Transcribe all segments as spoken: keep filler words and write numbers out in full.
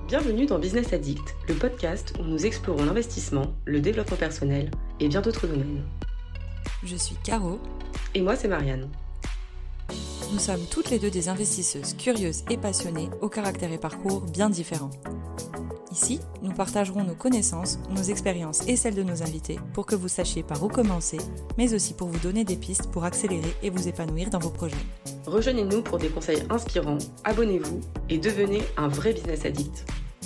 Bienvenue dans Business Addict, le podcast où nous explorons l'investissement, le développement personnel et bien d'autres domaines. Je suis Caro. Et moi, c'est Marianne. Nous sommes toutes les deux des investisseuses curieuses et passionnées, au caractère et parcours bien différents. Ici, nous partagerons nos connaissances, nos expériences et celles de nos invités pour que vous sachiez par où commencer, mais aussi pour vous donner des pistes pour accélérer et vous épanouir dans vos projets. Rejoignez-nous pour des conseils inspirants, abonnez-vous et devenez un vrai business addict.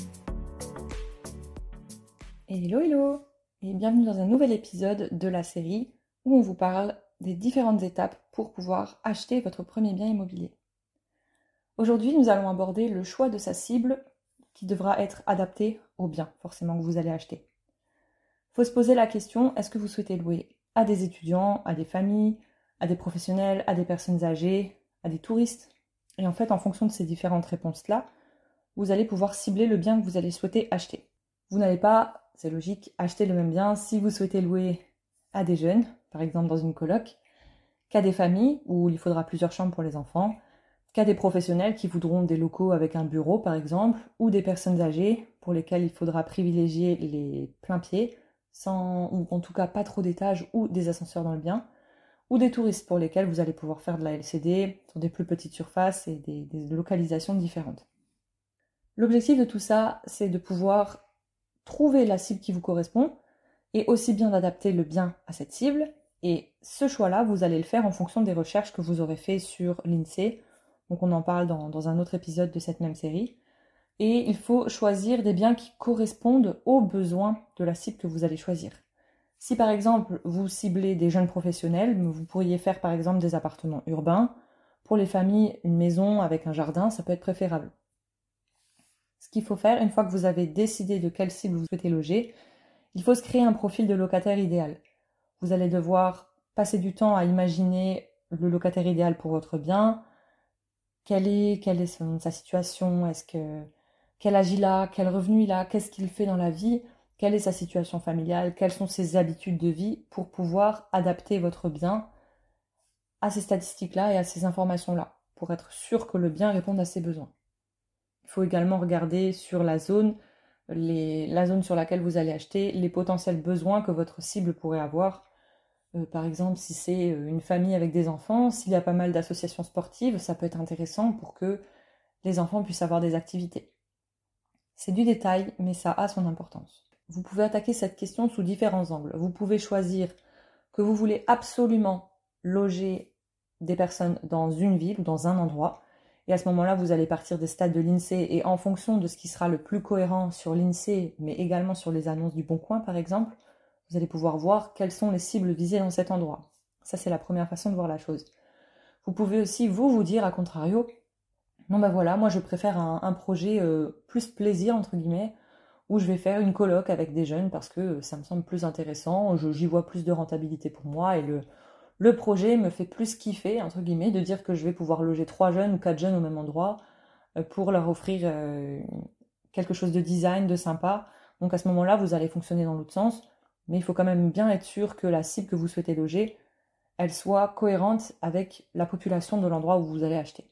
Hello hello et bienvenue dans un nouvel épisode de la série où on vous parle des différentes étapes pour pouvoir acheter votre premier bien immobilier. Aujourd'hui, nous allons aborder le choix de sa cible qui devra être adapté au bien forcément que vous allez acheter. Il faut se poser la question, est-ce que vous souhaitez louer à des étudiants, à des familles, à des professionnels, à des personnes âgées, à des touristes? Et en fait, en fonction de ces différentes réponses-là, vous allez pouvoir cibler le bien que vous allez souhaiter acheter. Vous n'allez pas, c'est logique, acheter le même bien si vous souhaitez louer à des jeunes, par exemple dans une coloc, qu'à des familles où il faudra plusieurs chambres pour les enfants, qu'à des professionnels qui voudront des locaux avec un bureau par exemple, ou des personnes âgées pour lesquelles il faudra privilégier les pleins pieds, sans, ou en tout cas pas trop d'étages ou des ascenseurs dans le bien, ou des touristes pour lesquels vous allez pouvoir faire de la L C D sur des plus petites surfaces et des, des localisations différentes. L'objectif de tout ça, c'est de pouvoir trouver la cible qui vous correspond et aussi bien d'adapter le bien à cette cible. Et ce choix-là, vous allez le faire en fonction des recherches que vous aurez fait sur l'INSEE. Donc on en parle dans, dans un autre épisode de cette même série. Et il faut choisir des biens qui correspondent aux besoins de la cible que vous allez choisir. Si par exemple vous ciblez des jeunes professionnels, vous pourriez faire par exemple des appartements urbains. Pour les familles, une maison avec un jardin, ça peut être préférable. Ce qu'il faut faire, une fois que vous avez décidé de quelle cible vous souhaitez loger, il faut se créer un profil de locataire idéal. Vous allez devoir passer du temps à imaginer le locataire idéal pour votre bien. Quelle est, quelle est son, sa situation? Est-ce que, quel âge il a? Quel revenu il a? Qu'est-ce qu'il fait dans la vie? Quelle est sa situation familiale? Quelles sont ses habitudes de vie pour pouvoir adapter votre bien à ces statistiques-là et à ces informations-là, pour être sûr que le bien réponde à ses besoins. Il faut également regarder sur la zone, les, la zone sur laquelle vous allez acheter, les potentiels besoins que votre cible pourrait avoir. Euh, par exemple, si c'est une famille avec des enfants, s'il y a pas mal d'associations sportives, ça peut être intéressant pour que les enfants puissent avoir des activités. C'est du détail, mais ça a son importance. Vous pouvez attaquer cette question sous différents angles. Vous pouvez choisir que vous voulez absolument loger des personnes dans une ville ou dans un endroit. Et à ce moment-là, vous allez partir des stats de l'INSEE et en fonction de ce qui sera le plus cohérent sur l'INSEE, mais également sur les annonces du Bon Coin par exemple, vous allez pouvoir voir quelles sont les cibles visées dans cet endroit. Ça, c'est la première façon de voir la chose. Vous pouvez aussi, vous, vous dire, à contrario, non ben voilà, moi je préfère un, un projet euh, plus plaisir, entre guillemets, où je vais faire une coloc avec des jeunes parce que ça me semble plus intéressant, je, j'y vois plus de rentabilité pour moi et le, le projet me fait plus kiffer, entre guillemets, de dire que je vais pouvoir loger trois jeunes ou quatre jeunes au même endroit euh, pour leur offrir euh, quelque chose de design, de sympa. Donc à ce moment-là, vous allez fonctionner dans l'autre sens. Mais il faut quand même bien être sûr que la cible que vous souhaitez loger, elle soit cohérente avec la population de l'endroit où vous allez acheter.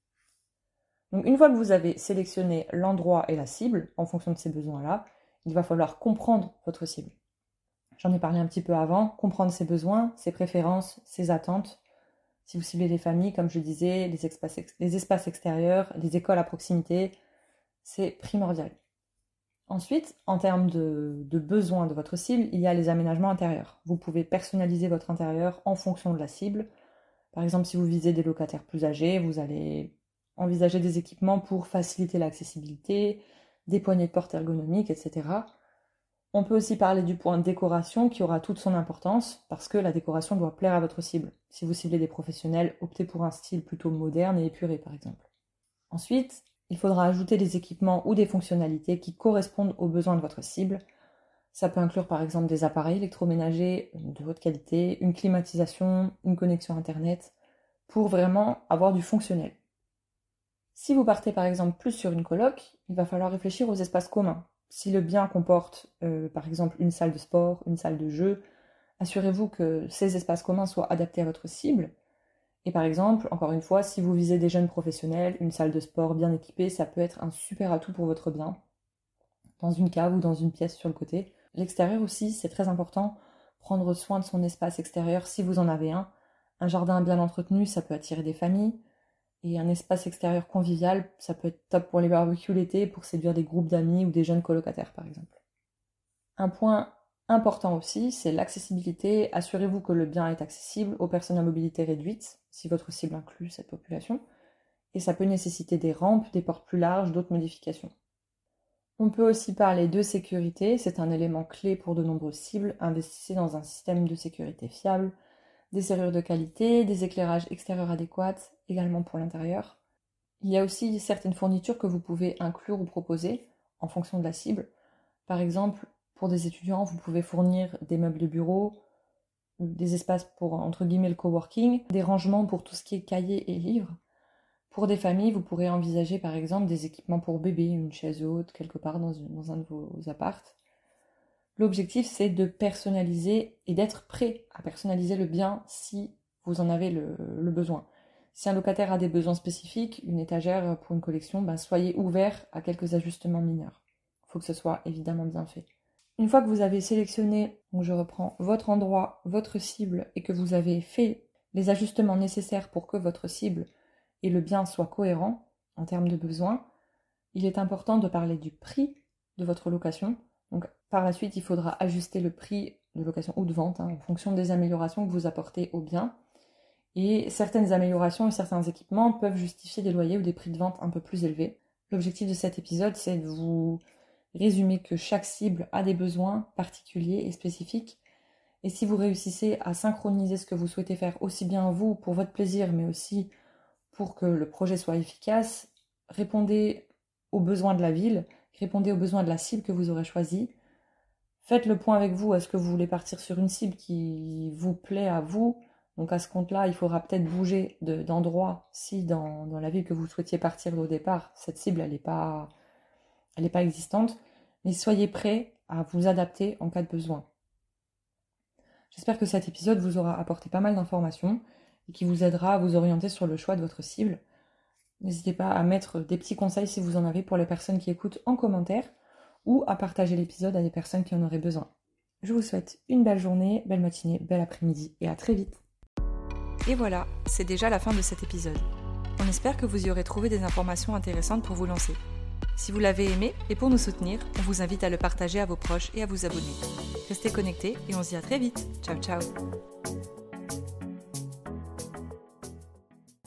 Donc une fois que vous avez sélectionné l'endroit et la cible, en fonction de ces besoins-là, il va falloir comprendre votre cible. J'en ai parlé un petit peu avant, comprendre ses besoins, ses préférences, ses attentes. Si vous ciblez les familles, comme je disais, les espaces, ex- les espaces extérieurs, les écoles à proximité, c'est primordial. Ensuite, en termes de, de besoins de votre cible, il y a les aménagements intérieurs. Vous pouvez personnaliser votre intérieur en fonction de la cible. Par exemple, si vous visez des locataires plus âgés, vous allez envisager des équipements pour faciliter l'accessibilité, des poignées de porte ergonomiques, et cetera. On peut aussi parler du point décoration qui aura toute son importance parce que la décoration doit plaire à votre cible. Si vous ciblez des professionnels, optez pour un style plutôt moderne et épuré par exemple. Ensuite, il faudra ajouter des équipements ou des fonctionnalités qui correspondent aux besoins de votre cible. Ça peut inclure par exemple des appareils électroménagers de haute qualité, une climatisation, une connexion internet, pour vraiment avoir du fonctionnel. Si vous partez par exemple plus sur une coloc, il va falloir réfléchir aux espaces communs. Si le bien comporte euh, par exemple une salle de sport, une salle de jeu, assurez-vous que ces espaces communs soient adaptés à votre cible. Et par exemple, encore une fois, si vous visez des jeunes professionnels, une salle de sport bien équipée, ça peut être un super atout pour votre bien. dans une cave ou dans une pièce sur le côté. L'extérieur aussi, c'est très important. Prendre soin de son espace extérieur si vous en avez un. Un jardin bien entretenu, ça peut attirer des familles. Et un espace extérieur convivial, ça peut être top pour les barbecues l'été, pour séduire des groupes d'amis ou des jeunes colocataires par exemple. Un point important aussi, c'est l'accessibilité. Assurez-vous que le bien est accessible aux personnes à mobilité réduite, si votre cible inclut cette population. Et ça peut nécessiter des rampes, des portes plus larges, d'autres modifications. On peut aussi parler de sécurité, c'est un élément clé pour de nombreuses cibles. Investissez dans un système de sécurité fiable, des serrures de qualité, des éclairages extérieurs adéquats, également pour l'intérieur. Il y a aussi certaines fournitures que vous pouvez inclure ou proposer en fonction de la cible. Par exemple, pour des étudiants, vous pouvez fournir des meubles de bureau, des espaces pour, entre guillemets, le coworking, des rangements pour tout ce qui est cahiers et livres. Pour des familles, vous pourrez envisager par exemple des équipements pour bébé, une chaise haute, quelque part dans, une, dans un de vos appartes. L'objectif, c'est de personnaliser et d'être prêt à personnaliser le bien si vous en avez le, le besoin. Si un locataire a des besoins spécifiques, une étagère pour une collection, ben soyez ouvert à quelques ajustements mineurs. Il faut que ce soit évidemment bien fait. Une fois que vous avez sélectionné, donc je reprends, votre endroit, votre cible, et que vous avez fait les ajustements nécessaires pour que votre cible et le bien soit cohérent en termes de besoins, il est important de parler du prix de votre location. Donc par la suite, il faudra ajuster le prix de location ou de vente hein, en fonction des améliorations que vous apportez au bien. Et certaines améliorations et certains équipements peuvent justifier des loyers ou des prix de vente un peu plus élevés. L'objectif de cet épisode, c'est de vous résumer que chaque cible a des besoins particuliers et spécifiques. Et si vous réussissez à synchroniser ce que vous souhaitez faire aussi bien vous pour votre plaisir, mais aussi pour que le projet soit efficace, répondez aux besoins de la ville, répondez aux besoins de la cible que vous aurez choisie. Faites le point avec vous, est-ce que vous voulez partir sur une cible qui vous plaît à vous? Donc à ce compte-là, il faudra peut-être bouger de, d'endroit si dans, dans la ville que vous souhaitiez partir au départ, cette cible elle n'est pas, elle n'est pas existante. Mais soyez prêts à vous adapter en cas de besoin. J'espère que cet épisode vous aura apporté pas mal d'informations et qui vous aidera à vous orienter sur le choix de votre cible. N'hésitez pas à mettre des petits conseils si vous en avez pour les personnes qui écoutent en commentaire ou à partager l'épisode à des personnes qui en auraient besoin. Je vous souhaite une belle journée, belle matinée, bel après-midi et à très vite. Et voilà, c'est déjà la fin de cet épisode. On espère que vous y aurez trouvé des informations intéressantes pour vous lancer. Si vous l'avez aimé et pour nous soutenir, on vous invite à le partager à vos proches et à vous abonner. Restez connectés et on se dit à très vite. Ciao ciao.